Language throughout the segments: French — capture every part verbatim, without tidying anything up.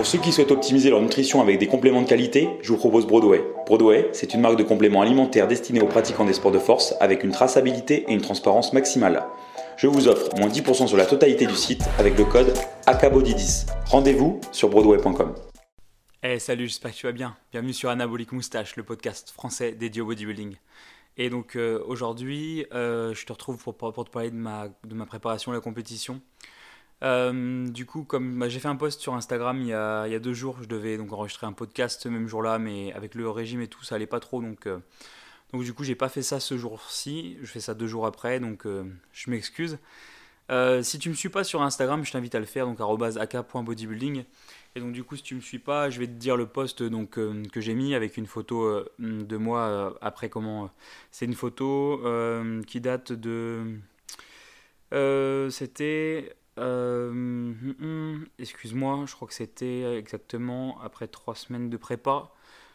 Pour ceux qui souhaitent optimiser leur nutrition avec des compléments de qualité, je vous propose Broadway. Broadway, c'est une marque de compléments alimentaires destinée aux pratiquants des sports de force avec une traçabilité et une transparence maximale. Je vous offre moins dix pour cent sur la totalité du site avec le code A K B O D Y dix. Rendez-vous sur broadway point com. Hey, salut, j'espère que tu vas bien. Bienvenue sur Anabolic Moustache, le podcast français dédié au bodybuilding. Et donc euh, aujourd'hui, euh, je te retrouve pour, pour, pour te parler de ma, de ma préparation à la compétition. Euh, du coup, comme bah, j'ai fait un post sur Instagram il y, a, il y a deux jours, je devais donc enregistrer un podcast ce même jour-là, mais avec le régime et tout, ça allait pas trop, donc, euh, donc du coup, j'ai pas fait ça ce jour-ci. Je fais ça deux jours après, donc euh, je m'excuse. Euh, si tu me suis pas sur Instagram, je t'invite à le faire, donc arobase a k point bodybuilding. Et donc du coup, si tu me suis pas, je vais te dire le post donc euh, que j'ai mis avec une photo euh, de moi euh, après comment. Euh, c'est une photo euh, qui date de. Euh, c'était. Euh, hum, hum, excuse-moi, je crois que c'était exactement après trois semaines de prépa.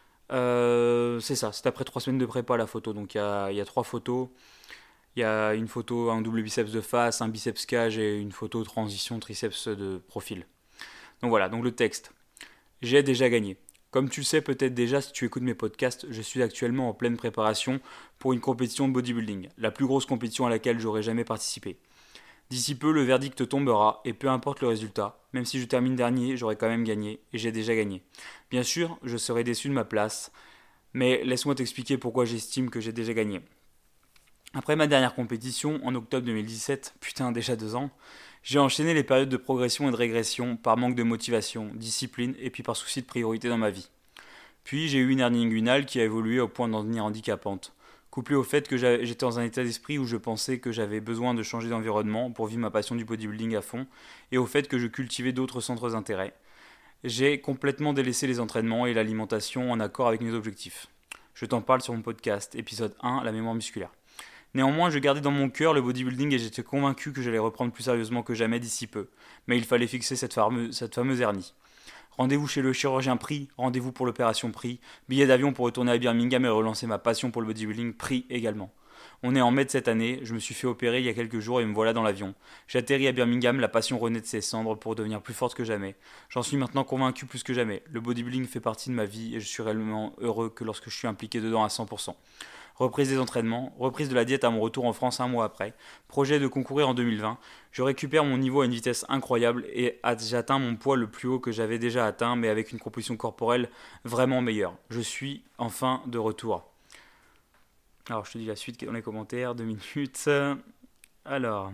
Euh, c'est ça, c'est après trois semaines de prépa la photo. Donc il y a, il y a trois photos. Il y a une photo, un double biceps de face, un biceps cage et une photo transition triceps de profil. Donc voilà, donc le texte. J'ai déjà gagné. Comme tu le sais peut-être déjà si tu écoutes mes podcasts, je suis actuellement en pleine préparation pour une compétition de bodybuilding, la plus grosse compétition à laquelle j'aurais jamais participé. D'ici peu, le verdict tombera et peu importe le résultat, même si je termine dernier, j'aurai quand même gagné et j'ai déjà gagné. Bien sûr, je serai déçu de ma place, mais laisse-moi t'expliquer pourquoi j'estime que j'ai déjà gagné. Après ma dernière compétition, en octobre deux mille dix-sept, putain déjà deux ans, j'ai enchaîné les périodes de progression et de régression par manque de motivation, discipline et puis par souci de priorité dans ma vie. Puis j'ai eu une hernie inguinale qui a évolué au point d'en devenir handicapante, couplé au fait que j'étais dans un état d'esprit où je pensais que j'avais besoin de changer d'environnement pour vivre ma passion du bodybuilding à fond, et au fait que je cultivais d'autres centres d'intérêt. J'ai complètement délaissé les entraînements et l'alimentation en accord avec mes objectifs. Je t'en parle sur mon podcast, épisode un, la mémoire musculaire. Néanmoins, je gardais dans mon cœur le bodybuilding et j'étais convaincu que j'allais reprendre plus sérieusement que jamais d'ici peu. Mais il fallait fixer cette fameuse, cette fameuse hernie. Rendez-vous chez le chirurgien pris, rendez-vous pour l'opération pris, billet d'avion pour retourner à Birmingham et relancer ma passion pour le bodybuilding pris également. On est en mai de cette année, je me suis fait opérer il y a quelques jours et me voilà dans l'avion. J'atterris à Birmingham, la passion renaît de ses cendres pour devenir plus forte que jamais. J'en suis maintenant convaincu plus que jamais. Le bodybuilding fait partie de ma vie et je suis réellement heureux que lorsque je suis impliqué dedans à cent pour cent. Reprise des entraînements, reprise de la diète à mon retour en France un mois après, projet de concourir en deux mille vingt, je récupère mon niveau à une vitesse incroyable et j'atteins mon poids le plus haut que j'avais déjà atteint mais avec une composition corporelle vraiment meilleure. Je suis enfin de retour. Alors je te dis la suite dans les commentaires, deux minutes. Alors...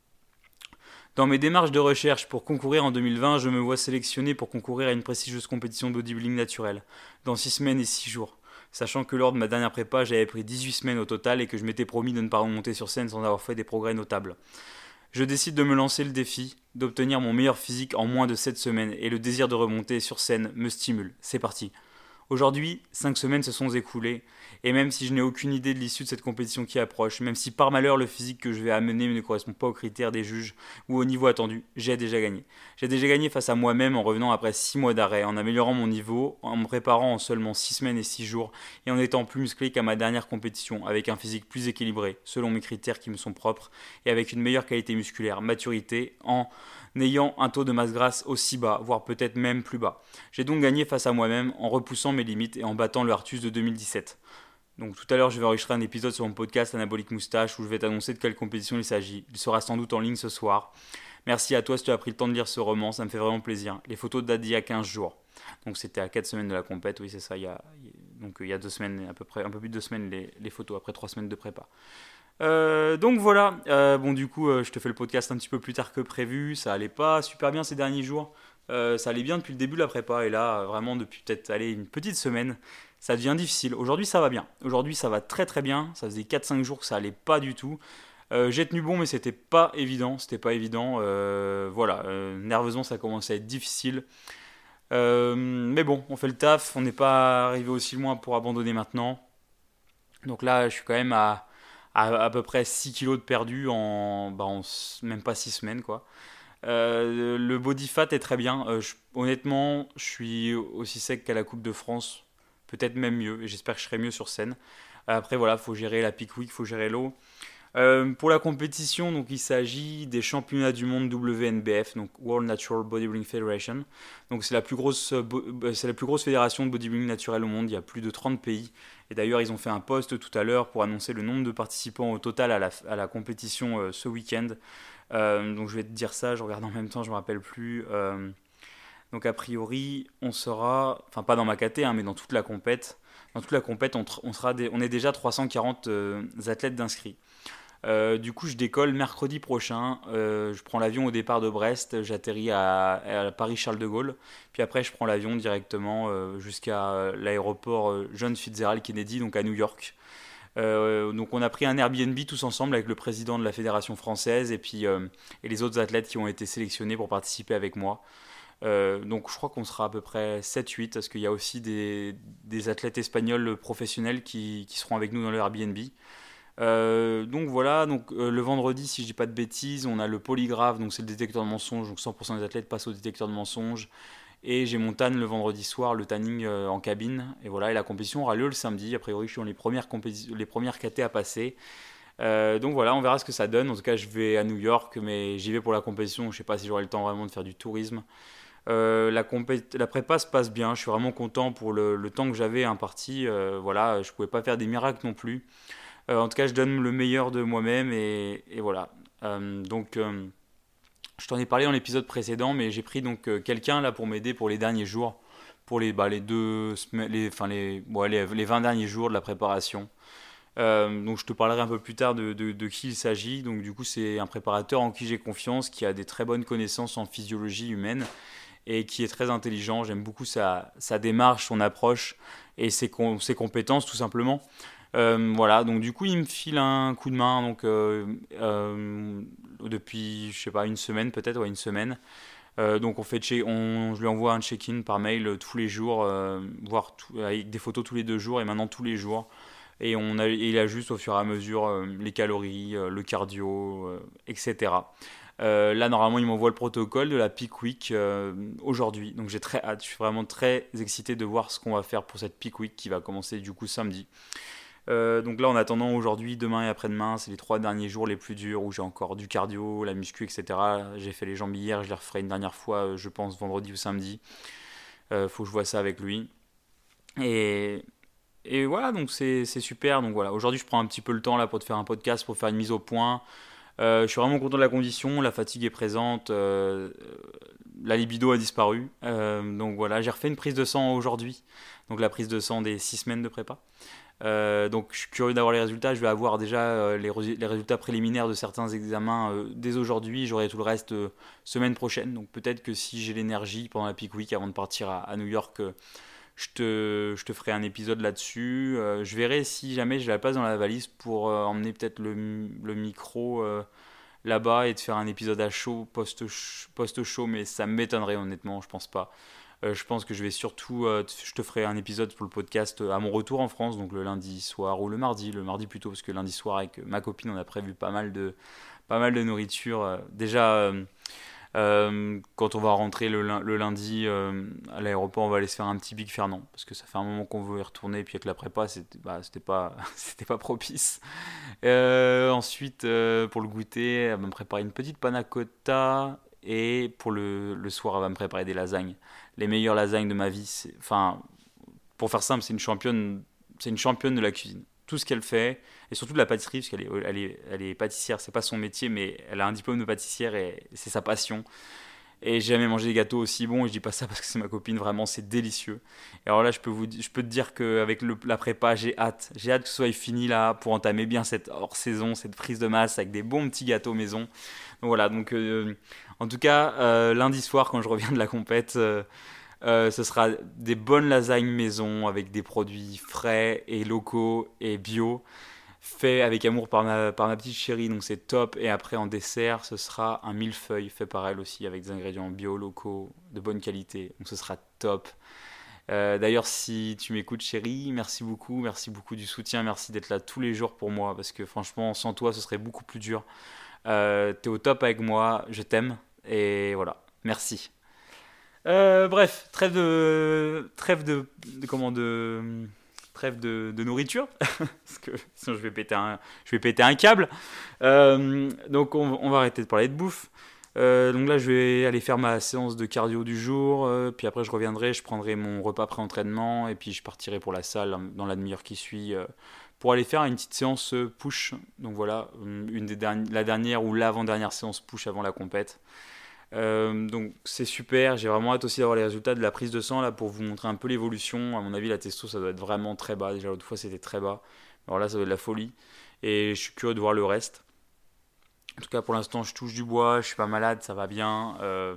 Dans mes démarches de recherche pour concourir en deux mille vingt, je me vois sélectionné pour concourir à une prestigieuse compétition de bodybuilding naturel, dans six semaines et six jours. Sachant que lors de ma dernière prépa, j'avais pris dix-huit semaines au total et que je m'étais promis de ne pas remonter sur scène sans avoir fait des progrès notables. Je décide de me lancer le défi, d'obtenir mon meilleur physique en moins de sept semaines et le désir de remonter sur scène me stimule. C'est parti. Aujourd'hui, cinq semaines se sont écoulées, et même si je n'ai aucune idée de l'issue de cette compétition qui approche, même si par malheur le physique que je vais amener ne correspond pas aux critères des juges ou au niveau attendu, j'ai déjà gagné. J'ai déjà gagné face à moi-même en revenant après six mois d'arrêt, en améliorant mon niveau, en me préparant en seulement six semaines et six jours, et en étant plus musclé qu'à ma dernière compétition, avec un physique plus équilibré, selon mes critères qui me sont propres, et avec une meilleure qualité musculaire, maturité, en n'ayant un taux de masse grasse aussi bas, voire peut-être même plus bas. J'ai donc gagné face à moi-même en repoussant mes limites et en battant le Artus de deux mille dix-sept. Donc tout à l'heure, je vais enregistrer un épisode sur mon podcast Anabolic Moustache où je vais t'annoncer de quelle compétition il s'agit. Il sera sans doute en ligne ce soir. Merci à toi si tu as pris le temps de lire ce roman, ça me fait vraiment plaisir. Les photos datent d'il y a quinze jours. Donc c'était à quatre semaines de la compète, oui c'est ça, il y a, donc il y a deux semaines, à peu près, un peu plus de deux semaines les, les photos, après trois semaines de prépa. Euh, donc voilà, euh, bon du coup euh, je te fais le podcast un petit peu plus tard que prévu, ça allait pas super bien ces derniers jours, euh, ça allait bien depuis le début de la prépa et là vraiment depuis peut-être allez, une petite semaine, ça devient difficile. Aujourd'hui ça va bien, aujourd'hui ça va très très bien, ça faisait quatre cinq jours que ça allait pas du tout. Euh, j'ai tenu bon mais c'était pas évident, c'était pas évident, euh, voilà, euh, nerveusement ça commençait à être difficile. Euh, mais bon, on fait le taf, on n'est pas arrivé aussi loin pour abandonner maintenant. Donc là je suis quand même à à, à peu près six kilos de perdu en, bah, en même pas six semaines quoi. Euh, le body fat est très bien. Euh, je- honnêtement, je suis aussi sec qu'à la Coupe de France, peut-être même mieux, et j'espère que je serai mieux sur scène. Après voilà, faut gérer la peak week, faut gérer l'eau. Euh, pour la compétition, donc il s'agit des championnats du monde W N B F, donc World Natural Bodybuilding Federation. Donc c'est la plus grosse, euh, bo- euh, c'est la plus grosse fédération de bodybuilding naturel au monde. Il y a plus de trente pays. Et d'ailleurs, ils ont fait un post tout à l'heure pour annoncer le nombre de participants au total à la, à la compétition euh, ce week-end. Euh, donc je vais te dire ça, je regarde en même temps, je me rappelle plus. Euh, donc a priori, on sera, enfin pas dans ma caté, hein, mais dans toute la compète. Dans toute la compète, on, tr- on sera des- on est déjà trois cent quarante euh, athlètes d'inscrits. Euh, du coup, je décolle mercredi prochain. Euh, je prends l'avion au départ de Brest. J'atterris à, à Paris-Charles de Gaulle. Puis après, je prends l'avion directement euh, jusqu'à l'aéroport euh, John Fitzgerald Kennedy, donc à New York. Euh, donc, on a pris un Airbnb tous ensemble avec le président de la fédération française et puis euh, et les autres athlètes qui ont été sélectionnés pour participer avec moi. Euh, donc, je crois qu'on sera à peu près sept huit parce qu'il y a aussi des, des athlètes espagnols professionnels qui, qui seront avec nous dans le Airbnb. Euh, donc voilà, donc euh, le vendredi, si je dis pas de bêtises, on a le polygraphe, donc c'est le détecteur de mensonges, donc cent pour cent des athlètes passent au détecteur de mensonges. Et j'ai mon tan le vendredi soir, le tanning euh, en cabine. Et voilà, et la compétition aura lieu le samedi. A priori, je suis dans les premières, compéti- les premières catés à passer. Euh, donc voilà, on verra ce que ça donne. En tout cas, je vais à New York, mais j'y vais pour la compétition. Je sais pas si j'aurai le temps vraiment de faire du tourisme. Euh, la, compé- la prépa se passe bien. Je suis vraiment content pour le, le temps que j'avais imparti. Euh, voilà, je pouvais pas faire des miracles non plus. Euh, en tout cas, je donne le meilleur de moi-même et, et voilà. Euh, donc, euh, je t'en ai parlé dans l'épisode précédent, mais j'ai pris donc euh, quelqu'un là pour m'aider pour les derniers jours, pour les, bah, les deux semaines, les, enfin les, ouais, les, les vingt derniers jours de la préparation. Euh, donc, je te parlerai un peu plus tard de, de, de qui il s'agit. Donc, du coup, c'est un préparateur en qui j'ai confiance, qui a des très bonnes connaissances en physiologie humaine et qui est très intelligent. J'aime beaucoup sa, sa démarche, son approche et ses, com- ses compétences tout simplement. Euh, voilà, donc du coup, il me file un coup de main donc, euh, euh, depuis, je sais pas, une semaine peut-être, ouais, une semaine. Euh, donc on fait check- on, je lui envoie un check-in par mail euh, tous les jours, euh, voire tout- avec des photos tous les deux jours et maintenant tous les jours. Et on a, il ajuste au fur et à mesure euh, les calories, euh, le cardio, euh, et cetera. Euh, là, normalement, il m'envoie le protocole de la Peak Week euh, aujourd'hui. Donc j'ai très hâte, je suis vraiment très excité de voir ce qu'on va faire pour cette Peak Week qui va commencer du coup samedi. Euh, donc là, en attendant, aujourd'hui, demain et après-demain, c'est les trois derniers jours les plus durs où j'ai encore du cardio, la muscu, et cetera. J'ai fait les jambes hier, je les referai une dernière fois, euh, je pense, vendredi ou samedi. Euh, faut que je vois ça avec lui. Et, et voilà, donc c'est c'est super. Donc voilà, aujourd'hui, je prends un petit peu le temps là pour te faire un podcast, pour faire une mise au point. Euh, je suis vraiment content de la condition, la fatigue est présente, euh, la libido a disparu. Euh, donc voilà, j'ai refait une prise de sang aujourd'hui. Donc la prise de sang des six semaines de prépa. Euh, donc je suis curieux d'avoir les résultats. Je vais avoir déjà euh, les, resu- les résultats préliminaires de certains examens euh, dès aujourd'hui. J'aurai tout le reste euh, semaine prochaine. Donc peut-être que si j'ai l'énergie pendant la peak week avant de partir à, à New York, euh, je, te, je te ferai un épisode là-dessus. Euh, je verrai si jamais j'ai la place dans la valise pour euh, emmener peut-être le, le micro euh, là-bas et de faire un épisode à chaud, post-show, mais ça m'étonnerait honnêtement, je pense pas. Euh, je pense que je vais surtout, euh, je te ferai un épisode pour le podcast euh, à mon retour en France, donc le lundi soir ou le mardi, le mardi plutôt, parce que lundi soir avec ma copine on a prévu pas mal de, pas mal de nourriture. Euh, déjà, euh, euh, quand on va rentrer le, le lundi euh, à l'aéroport, on va aller se faire un petit Big Fernand, parce que ça fait un moment qu'on veut y retourner, et puis avec la prépa, c'était bah, c'était pas, c'était pas propice. Euh, ensuite, euh, pour le goûter, elle va me préparer une petite panna cotta. Et pour le, le soir, elle va me préparer des lasagnes. Les meilleures lasagnes de ma vie. c'est- Enfin, pour faire simple, c'est une championne, c'est une championne de la cuisine. Tout ce qu'elle fait, et surtout de la pâtisserie, parce qu'elle est, elle est, elle est pâtissière, c'est pas son métier, mais elle a un diplôme de pâtissière et c'est sa passion. Et j'ai jamais mangé des gâteaux aussi bons, et je dis pas ça parce que c'est ma copine, vraiment c'est délicieux. Et alors là, je peux, vous, je peux te dire qu'avec le, la prépa, j'ai hâte. J'ai hâte que ce soit fini là pour entamer bien cette hors-saison, cette prise de masse avec des bons petits gâteaux maison. Donc voilà, donc euh, en tout cas, euh, lundi soir, quand je reviens de la compète, euh, euh, ce sera des bonnes lasagnes maison avec des produits frais et locaux et bio fait avec amour par ma, par ma petite chérie, donc c'est top. Et après, en dessert, ce sera un millefeuille fait par elle aussi, avec des ingrédients bio, locaux, de bonne qualité. Donc ce sera top. Euh, D'ailleurs, si tu m'écoutes, chérie, merci beaucoup. Merci beaucoup du soutien. Merci d'être là tous les jours pour moi, parce que franchement, sans toi, ce serait beaucoup plus dur. Euh, T'es au top avec moi, je t'aime. Et voilà, merci. Euh, bref, trêve de, trêve de, de comment de, trêve de, de nourriture, parce que sinon je vais péter un, je vais péter un câble. Euh, donc on, on va arrêter de parler de bouffe. Euh, donc là, je vais aller faire ma séance de cardio du jour, euh, puis après je reviendrai, je prendrai mon repas pré-entraînement, et puis je partirai pour la salle dans la demi-heure qui suit, euh, pour aller faire une petite séance euh, push. Donc voilà, une des derni- la dernière ou l'avant-dernière séance push avant la compète. Euh, donc c'est super, j'ai vraiment hâte aussi d'avoir les résultats de la prise de sang là pour vous montrer un peu l'évolution. À mon avis, la testo ça doit être vraiment très bas. Déjà l'autre fois c'était très bas. Alors là, ça doit être de la folie. Et je suis curieux de voir le reste. En tout cas, pour l'instant, je touche du bois, je suis pas malade, ça va bien. Euh,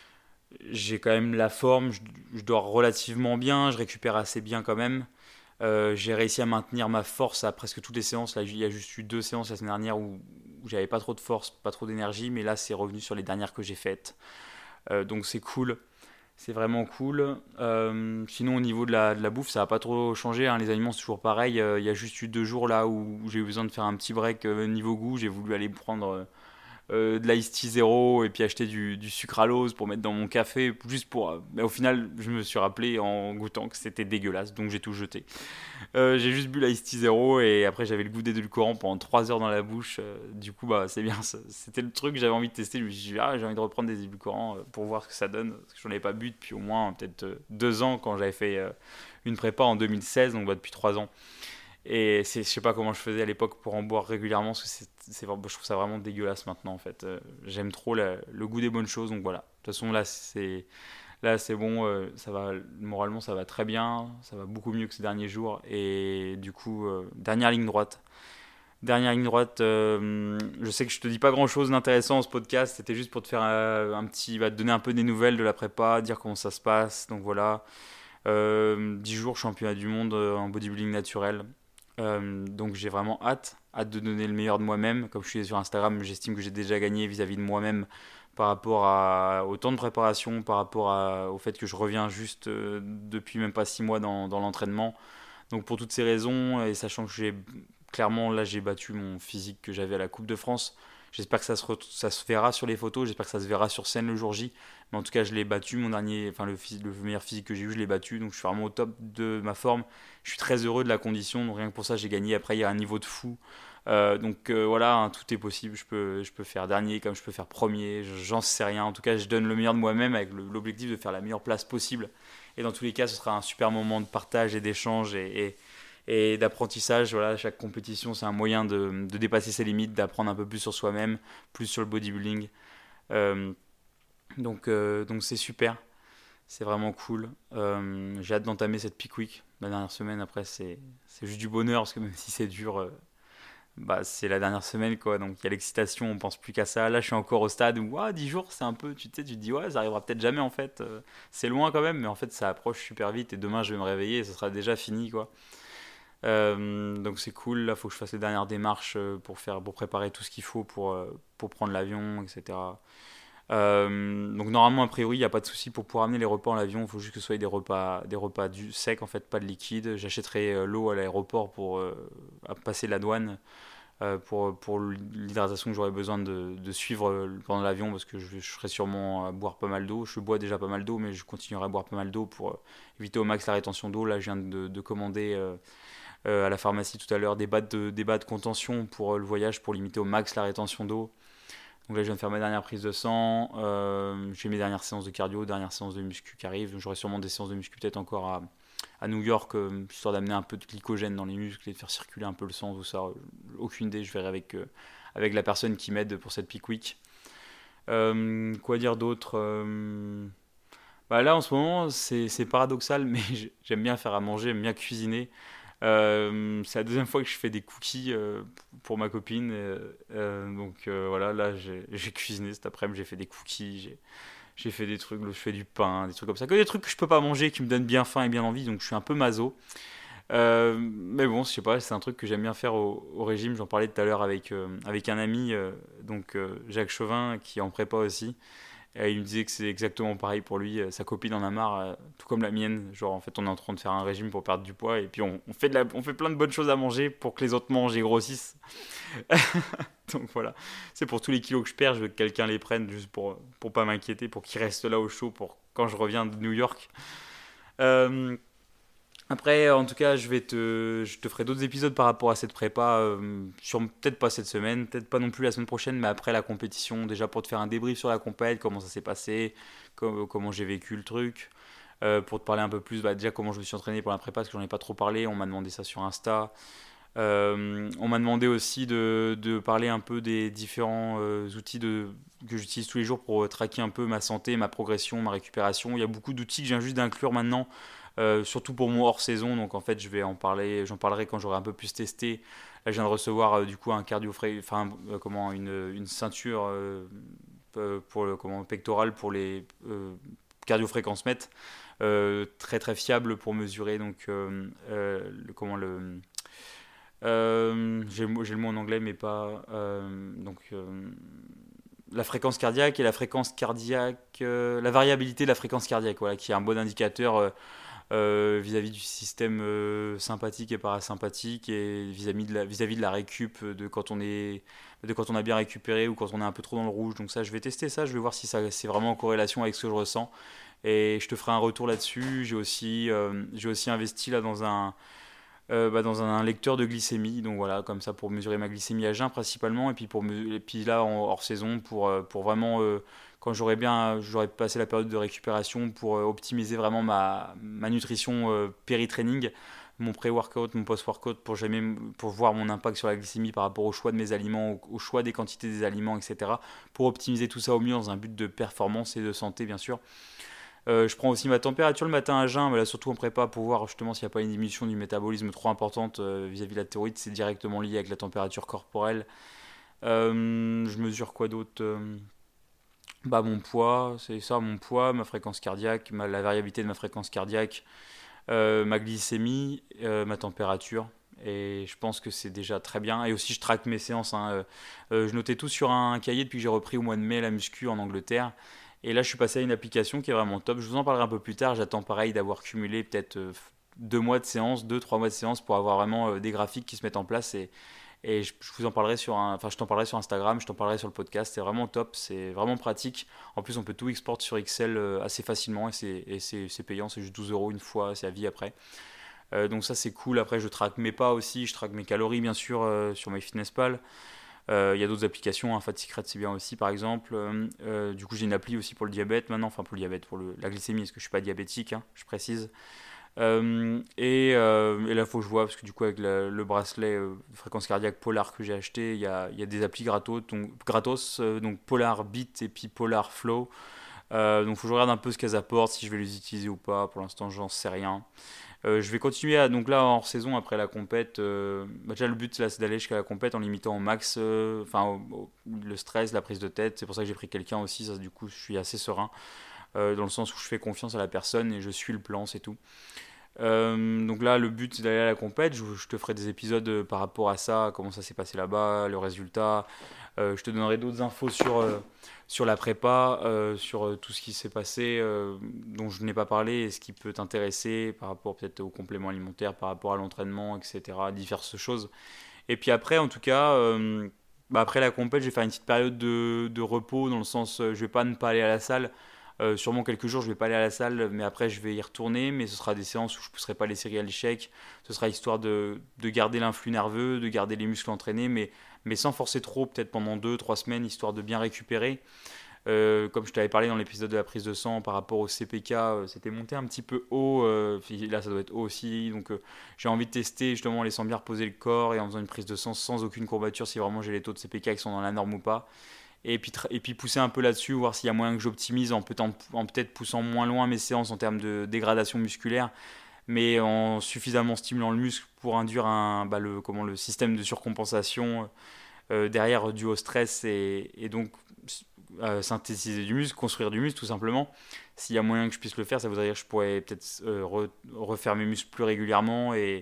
j'ai quand même la forme, je, je dors relativement bien, je récupère assez bien quand même. Euh, j'ai réussi à maintenir ma force à presque toutes les séances. Là, il y a juste eu deux séances la semaine dernière où, où j'avais pas trop de force, pas trop d'énergie, mais là, c'est revenu sur les dernières que j'ai faites. Euh, donc, c'est cool. C'est vraiment cool. Euh, sinon, au niveau de la, de la bouffe, ça n'a pas trop changé, hein. Les aliments, c'est toujours pareil. Euh, Il y a juste eu deux jours là où, où j'ai eu besoin de faire un petit break euh, niveau goût. J'ai voulu aller prendre euh, euh, de l'ice tea zéro et puis acheter du, du sucralose pour mettre dans mon café, juste pour. euh, Mais au final, je me suis rappelé en goûtant que c'était dégueulasse, donc j'ai tout jeté. Euh, j'ai juste bu l'ice tea zéro et après j'avais le goût d'édulcorant pendant trois heures dans la bouche. Euh, du coup, bah c'est bien. ça- C'était le truc que j'avais envie de tester. Je me suis dit, ah, j'ai envie de reprendre des édulcorants euh, pour voir ce que ça donne. Parce que j'en avais pas bu depuis au moins euh, peut-être euh, deux ans quand j'avais fait euh, une prépa en deux mille seize, donc bah, depuis trois ans. Et c'est, je sais pas comment je faisais à l'époque pour en boire régulièrement, parce que c'est, c'est, je trouve ça vraiment dégueulasse maintenant en fait. Euh, j'aime trop la- le goût des bonnes choses, donc voilà. De toute façon, là c'est, là, c'est bon, euh, ça va, moralement ça va très bien, ça va beaucoup mieux que ces derniers jours. Et du coup, euh, dernière ligne droite. Dernière ligne droite, euh, je sais que je te dis pas grand chose d'intéressant dans ce podcast, c'était juste pour te faire euh, un petit, bah, te donner un peu des nouvelles de la prépa, dire comment ça se passe, donc voilà. Euh, dix jours championnat du monde euh, en bodybuilding naturel. Euh, donc j'ai vraiment hâte, hâte de donner le meilleur de moi-même. Comme je suis sur Instagram, j'estime que j'ai déjà gagné vis-à-vis de moi-même par rapport à, au temps de préparation, par rapport à- au fait que je reviens juste euh, depuis même pas six mois dans, dans l'entraînement. Donc pour toutes ces raisons, et sachant que j'ai clairement là j'ai battu mon physique que j'avais à la Coupe de France, j'espère que ça se, re- ça se verra sur les photos, j'espère que ça se verra sur scène le jour J. Mais en tout cas, je l'ai battu, mon dernier, enfin le, phys- le meilleur physique que j'ai eu, je l'ai battu, donc je suis vraiment au top de ma forme. Je suis très heureux de la condition, donc rien que pour ça, j'ai gagné. Après, il y a un niveau de fou. Euh, donc euh, voilà, hein, tout est possible. Je peux, je peux faire dernier comme je peux faire premier, j'en sais rien. En tout cas, je donne le meilleur de moi-même avec le- l'objectif de faire la meilleure place possible. Et dans tous les cas, ce sera un super moment de partage et d'échange et, et, et d'apprentissage. Voilà, chaque compétition, c'est un moyen de, de dépasser ses limites, d'apprendre un peu plus sur soi-même, plus sur le bodybuilding. Euh, donc, euh, donc c'est super. C'est vraiment cool. Euh, j'ai hâte d'entamer cette peak week. La dernière semaine, après, c'est, c'est juste du bonheur parce que même si c'est dur, euh, bah, c'est la dernière semaine quoi. Donc il y a l'excitation, on pense plus qu'à ça. Là, je suis encore au stade où ah, dix jours, c'est un peu, tu sais, tu te dis ouais, ça arrivera peut-être jamais en fait. Euh, c'est loin quand même, mais en fait, ça approche super vite et demain, je vais me réveiller et ça sera déjà fini quoi. Euh, donc c'est cool. Là, il faut que je fasse les dernières démarches euh, pour, faire, pour préparer tout ce qu'il faut pour, euh, pour prendre l'avion, et cetera. Euh, donc normalement a priori il n'y a pas de souci pour pouvoir amener les repas en avion, il faut juste que ce soit des repas, des repas du sec en fait, pas de liquide. J'achèterai euh, l'eau à l'aéroport pour euh, à passer la douane euh, pour, pour l'hydratation que j'aurai besoin de, de suivre euh, pendant l'avion parce que je, je serai sûrement à boire pas mal d'eau. Je bois déjà pas mal d'eau mais je continuerai à boire pas mal d'eau pour euh, éviter au max la rétention d'eau. Là je viens de, de commander euh, euh, à la pharmacie tout à l'heure des battes de, des battes de contention pour euh, le voyage pour limiter au max la rétention d'eau. Donc là, je viens de faire ma dernière prise de sang. Euh, j'ai mes dernières séances de cardio, dernières séances de muscu qui arrivent. Donc j'aurai sûrement des séances de muscu peut-être encore à, à New York, euh, histoire d'amener un peu de glycogène dans les muscles et de faire circuler un peu le sang, tout ça. Euh, Aucune idée, je verrai avec, euh, avec la personne qui m'aide pour cette peak week. Euh, quoi dire d'autre? Euh, bah Là, en ce moment, c'est c'est paradoxal, mais j'aime bien faire à manger, j'aime bien cuisiner. Euh, c'est la deuxième fois que je fais des cookies euh, pour ma copine. Euh, euh, donc euh, voilà, là j'ai j'ai cuisiné cet après-midi, j'ai fait des cookies, j'ai j'ai fait des trucs, je fais du pain, des trucs comme ça. Que des trucs que je peux pas manger, qui me donnent bien faim et bien envie, donc je suis un peu maso. Euh, mais bon, je sais pas, c'est un truc que j'aime bien faire au, au régime. J'en parlais tout à l'heure avec, euh, avec un ami, euh, donc euh, Jacques Chauvin, qui est en prépa aussi. Et il me disait que c'est exactement pareil pour lui. euh, Sa copine en a marre, euh, tout comme la mienne. Genre, en fait, on est en train de faire un régime pour perdre du poids. Et puis, on, on fait, de la, on fait plein de bonnes choses à manger pour que les autres mangent et grossissent. Donc voilà. C'est pour tous les kilos que je perds, je veux que quelqu'un les prenne juste pour, pour pas m'inquiéter, pour qu'ils restent là au chaud pour quand je reviens de New York. Euh, Après, en tout cas, je vais te, je te ferai d'autres épisodes par rapport à cette prépa, euh, sur peut-être pas cette semaine, peut-être pas non plus la semaine prochaine, mais après la compétition, déjà pour te faire un débrief sur la compète, comment ça s'est passé, co- comment j'ai vécu le truc, euh, pour te parler un peu plus, bah, déjà comment je me suis entraîné pour la prépa, parce que j'en ai pas trop parlé, on m'a demandé ça sur Insta. Euh, on m'a demandé aussi de, de parler un peu des différents euh, outils de, que j'utilise tous les jours pour euh, traquer un peu ma santé, ma progression, ma récupération. Il y a beaucoup d'outils que je viens juste d'inclure maintenant, euh, surtout pour mon hors saison. Donc en fait, je vais en parler, j'en parlerai quand j'aurai un peu plus testé. Là, je viens de recevoir euh, du coup un cardio enfin euh, comment une, une ceinture euh, euh, pour le comment pectoral pour les euh, cardio-fréquence mètres, euh, très très fiable pour mesurer donc euh, euh, le, comment le euh, j'ai le, mot- j'ai le mot en anglais, mais pas. Euh, donc, euh, la fréquence cardiaque et la fréquence cardiaque. Euh, la variabilité de la fréquence cardiaque, voilà, qui est un bon indicateur euh, euh, vis-à-vis du système euh, sympathique et parasympathique et vis-à-vis de la, vis-à-vis de la récup de quand on est de quand on a bien récupéré ou quand on est un peu trop dans le rouge. Donc ça, je vais tester ça, je vais voir si ça c'est vraiment en corrélation avec ce que je ressens et je te ferai un retour là-dessus. J'ai aussi euh, j'ai aussi investi là dans un euh, bah, dans un lecteur de glycémie, donc voilà, comme ça pour mesurer ma glycémie à jeun principalement, et puis, pour me- et puis là en hors saison pour, euh, pour vraiment, euh, quand j'aurai bien, j'aurai passé la période de récupération pour euh, optimiser vraiment ma, ma nutrition euh, péri-training, mon pré-workout, mon post-workout, pour, jamais, pour voir mon impact sur la glycémie par rapport au choix de mes aliments, au, au choix des quantités des aliments, et cetera. Pour optimiser tout ça au mieux dans un but de performance et de santé bien sûr. Euh, je prends aussi ma température le matin à jeun, mais là surtout en prépa pour voir justement s'il n'y a pas une diminution du métabolisme trop importante euh, vis-à-vis de la thyroïde, c'est directement lié avec la température corporelle. Euh, je mesure quoi d'autre? Euh, Bah mon poids, c'est ça, mon poids, ma fréquence cardiaque, ma- la variabilité de ma fréquence cardiaque, euh, ma glycémie, euh, ma température. Et je pense que c'est déjà très bien. Et aussi, je traque mes séances, hein. Euh, euh, je notais tout sur un cahier depuis que j'ai repris au mois de mai la muscu en Angleterre. Et là, je suis passé à une application qui est vraiment top. Je vous en parlerai un peu plus tard. J'attends pareil d'avoir cumulé peut-être euh, deux mois de séance, deux, trois mois de séance pour avoir vraiment euh, des graphiques qui se mettent en place. Et, et je, je vous en parlerai sur un, enfin, je t'en parlerai sur Instagram, je t'en parlerai sur le podcast. C'est vraiment top, c'est vraiment pratique. En plus, on peut tout exporter sur Excel euh, assez facilement et c'est, et c'est, c'est payant. C'est juste douze euros une fois, c'est à vie après. Euh, donc ça c'est cool. Après je traque mes pas aussi, je traque mes calories bien sûr euh, sur MyFitnessPal. Euh, Il y a d'autres applications, hein, Fat Secret c'est bien aussi par exemple. Euh, euh, du coup j'ai une appli aussi pour le diabète maintenant, enfin pour le diabète, pour le- la glycémie, parce que je suis pas diabétique, hein, je précise. Euh, et, euh, et là faut que je vois, parce que du coup avec la- le bracelet euh, fréquence cardiaque Polar que j'ai acheté, il y a, il y a des applis gratos, donc, gratos, euh, donc Polar Beat et puis Polar Flow. Euh, donc faut que je regarde un peu ce qu'elles apportent, si je vais les utiliser ou pas, pour l'instant j'en sais rien. Euh, je vais continuer à, donc là en saison après la compète. Euh, bah déjà le but là c'est d'aller jusqu'à la compète en limitant au max, euh, enfin au- au- le stress, la prise de tête. C'est pour ça que j'ai pris quelqu'un aussi. Ça, du coup je suis assez serein euh, dans le sens où je fais confiance à la personne et je suis le plan, c'est tout. Euh, donc là, le but c'est d'aller à la compète. Je, je te ferai des épisodes euh, par rapport à ça, comment ça s'est passé là-bas, le résultat. Euh, je te donnerai d'autres infos sur, euh, sur la prépa, euh, sur euh, tout ce qui s'est passé, euh, dont je n'ai pas parlé, et ce qui peut t'intéresser par rapport peut-être aux compléments alimentaires, par rapport à l'entraînement, et cetera. Diverses choses. Et puis après, en tout cas, euh, bah après la compète, je vais faire une petite période de, de repos, dans le sens, euh, je vais pas ne pas aller à la salle. Euh, sûrement quelques jours, je vais pas aller à la salle, mais après, je vais y retourner. Mais ce sera des séances où je ne pousserai pas les séries à l'échec. Ce sera histoire de, de garder l'influx nerveux, de garder les muscles entraînés, mais, mais sans forcer trop, peut-être pendant deux trois semaines, histoire de bien récupérer. Euh, comme je t'avais parlé dans l'épisode de la prise de sang par rapport au C P K, euh, c'était monté un petit peu haut. Euh, là, ça doit être haut aussi. Donc, euh, j'ai envie de tester justement en laissant bien reposer le corps et en faisant une prise de sang sans aucune courbature si vraiment j'ai les taux de C P K qui sont dans la norme ou pas. Et puis, et puis pousser un peu là-dessus, voir s'il y a moyen que j'optimise en, peut en peut-être poussant moins loin mes séances en termes de dégradation musculaire, mais en suffisamment stimulant le muscle pour induire un, bah, le, comment, le système de surcompensation euh, derrière dû au stress et, et donc euh, synthétiser du muscle, construire du muscle tout simplement. S'il y a moyen que je puisse le faire, ça voudrait dire que je pourrais peut-être euh, re- refaire mes muscles plus régulièrement et,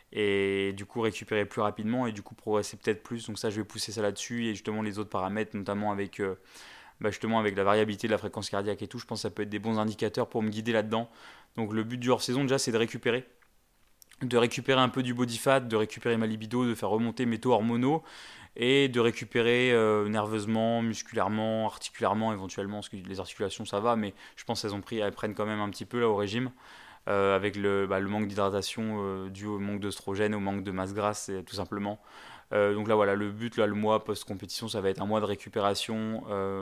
et du coup récupérer plus rapidement et du coup progresser peut-être plus. Donc ça, je vais pousser ça là-dessus et justement les autres paramètres, notamment avec, euh, bah, justement avec la variabilité de la fréquence cardiaque et tout, je pense que ça peut être des bons indicateurs pour me guider là-dedans. Donc le but du hors-saison déjà, c'est de récupérer de récupérer un peu du body fat, de récupérer ma libido, de faire remonter mes taux hormonaux et de récupérer euh, nerveusement, musculairement, articulairement éventuellement, parce que les articulations ça va, mais je pense qu'elles ont pris, elles prennent quand même un petit peu là au régime. euh, avec le, bah, le manque d'hydratation euh, dû au manque d'œstrogène, au manque de masse grasse, et, tout simplement. Euh, donc là, voilà, le but, là, le mois post-compétition, ça va être un mois de récupération, euh,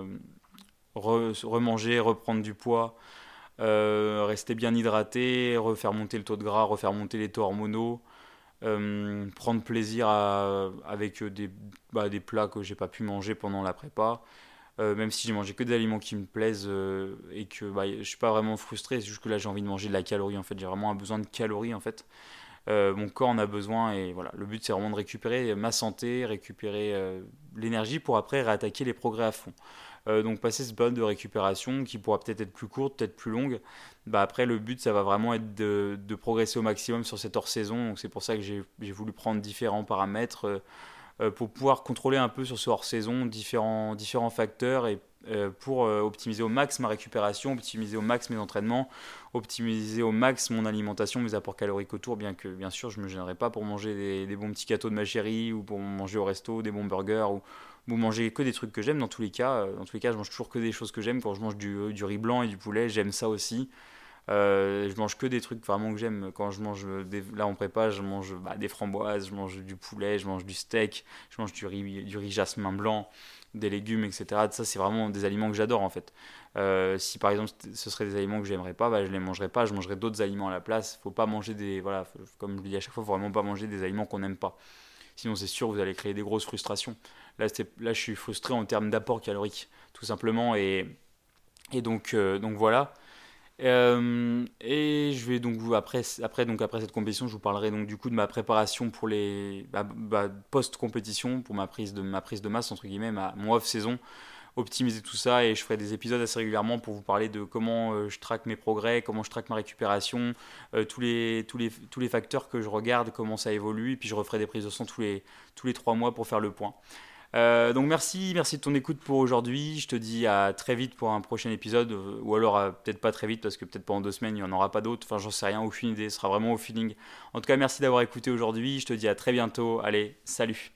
re- remanger, reprendre du poids, euh, rester bien hydraté, refaire monter le taux de gras, refaire monter les taux hormonaux, euh, prendre plaisir à- avec des, bah, des plats que j'ai pas pu manger pendant la prépa. Euh, même si j'ai mangé que des aliments qui me plaisent euh, et que bah, je suis pas vraiment frustré, c'est juste que là j'ai envie de manger de la calorie en fait, j'ai vraiment un besoin de calories en fait. Euh, mon corps en a besoin et voilà, le but c'est vraiment de récupérer ma santé, récupérer euh, l'énergie pour après réattaquer les progrès à fond. Euh, donc passer cette période de récupération qui pourra peut-être être plus courte, peut-être plus longue, bah après le but ça va vraiment être de, de progresser au maximum sur cette hors-saison. Donc c'est pour ça que j'ai j'ai voulu prendre différents paramètres euh, euh, pour pouvoir contrôler un peu sur ce hors-saison différents, différents facteurs et euh, pour euh, optimiser au max ma récupération, optimiser au max mes entraînements, optimiser au max mon alimentation, mes apports caloriques autour, bien que bien sûr je ne me gênerai pas pour manger des, des bons petits gâteaux de ma chérie ou pour manger au resto des bons burgers ou, ou manger que des trucs que j'aime dans tous les cas. Euh, Dans tous les cas, je mange toujours que des choses que j'aime. Quand je mange du, du riz blanc et du poulet, j'aime ça aussi. Euh, je mange que des trucs vraiment que j'aime. Quand je mange des, là en prépa, je mange bah, des framboises, je mange du poulet, je mange du steak, je mange du riz, du riz jasmin blanc, des légumes, et cetera. Ça, c'est vraiment des aliments que j'adore en fait. Euh, si par exemple ce seraient des aliments que j'aimerais pas, bah, je les mangerais pas, je mangerais d'autres aliments à la place. Faut pas manger des, voilà, faut- comme je le dis à chaque fois, faut vraiment pas manger des aliments qu'on n'aime pas. Sinon, c'est sûr, vous allez créer des grosses frustrations. Là, c'est- là je suis frustré en termes d'apport calorique, tout simplement, et, et donc, euh, donc voilà. Euh, et je vais donc vous après après donc après cette compétition, je vous parlerai donc du coup de ma préparation pour les bah, bah, post-compétition pour ma prise de ma prise de masse entre guillemets, ma, mon off saison, optimiser tout ça et je ferai des épisodes assez régulièrement pour vous parler de comment euh, je traque mes progrès, comment je traque ma récupération, euh, tous les tous les tous les facteurs que je regarde, comment ça évolue et puis je referai des prises de sang tous les tous les trois mois pour faire le point. Euh, donc merci, merci de ton écoute pour aujourd'hui. Je te dis à très vite pour un prochain épisode, euh, ou alors euh, peut-être pas très vite parce que peut-être pendant deux semaines il n'y en aura pas d'autres. Enfin j'en sais rien, aucune idée, ce sera vraiment au feeling. En tout cas merci d'avoir écouté aujourd'hui. Je te dis à très bientôt. Allez, salut.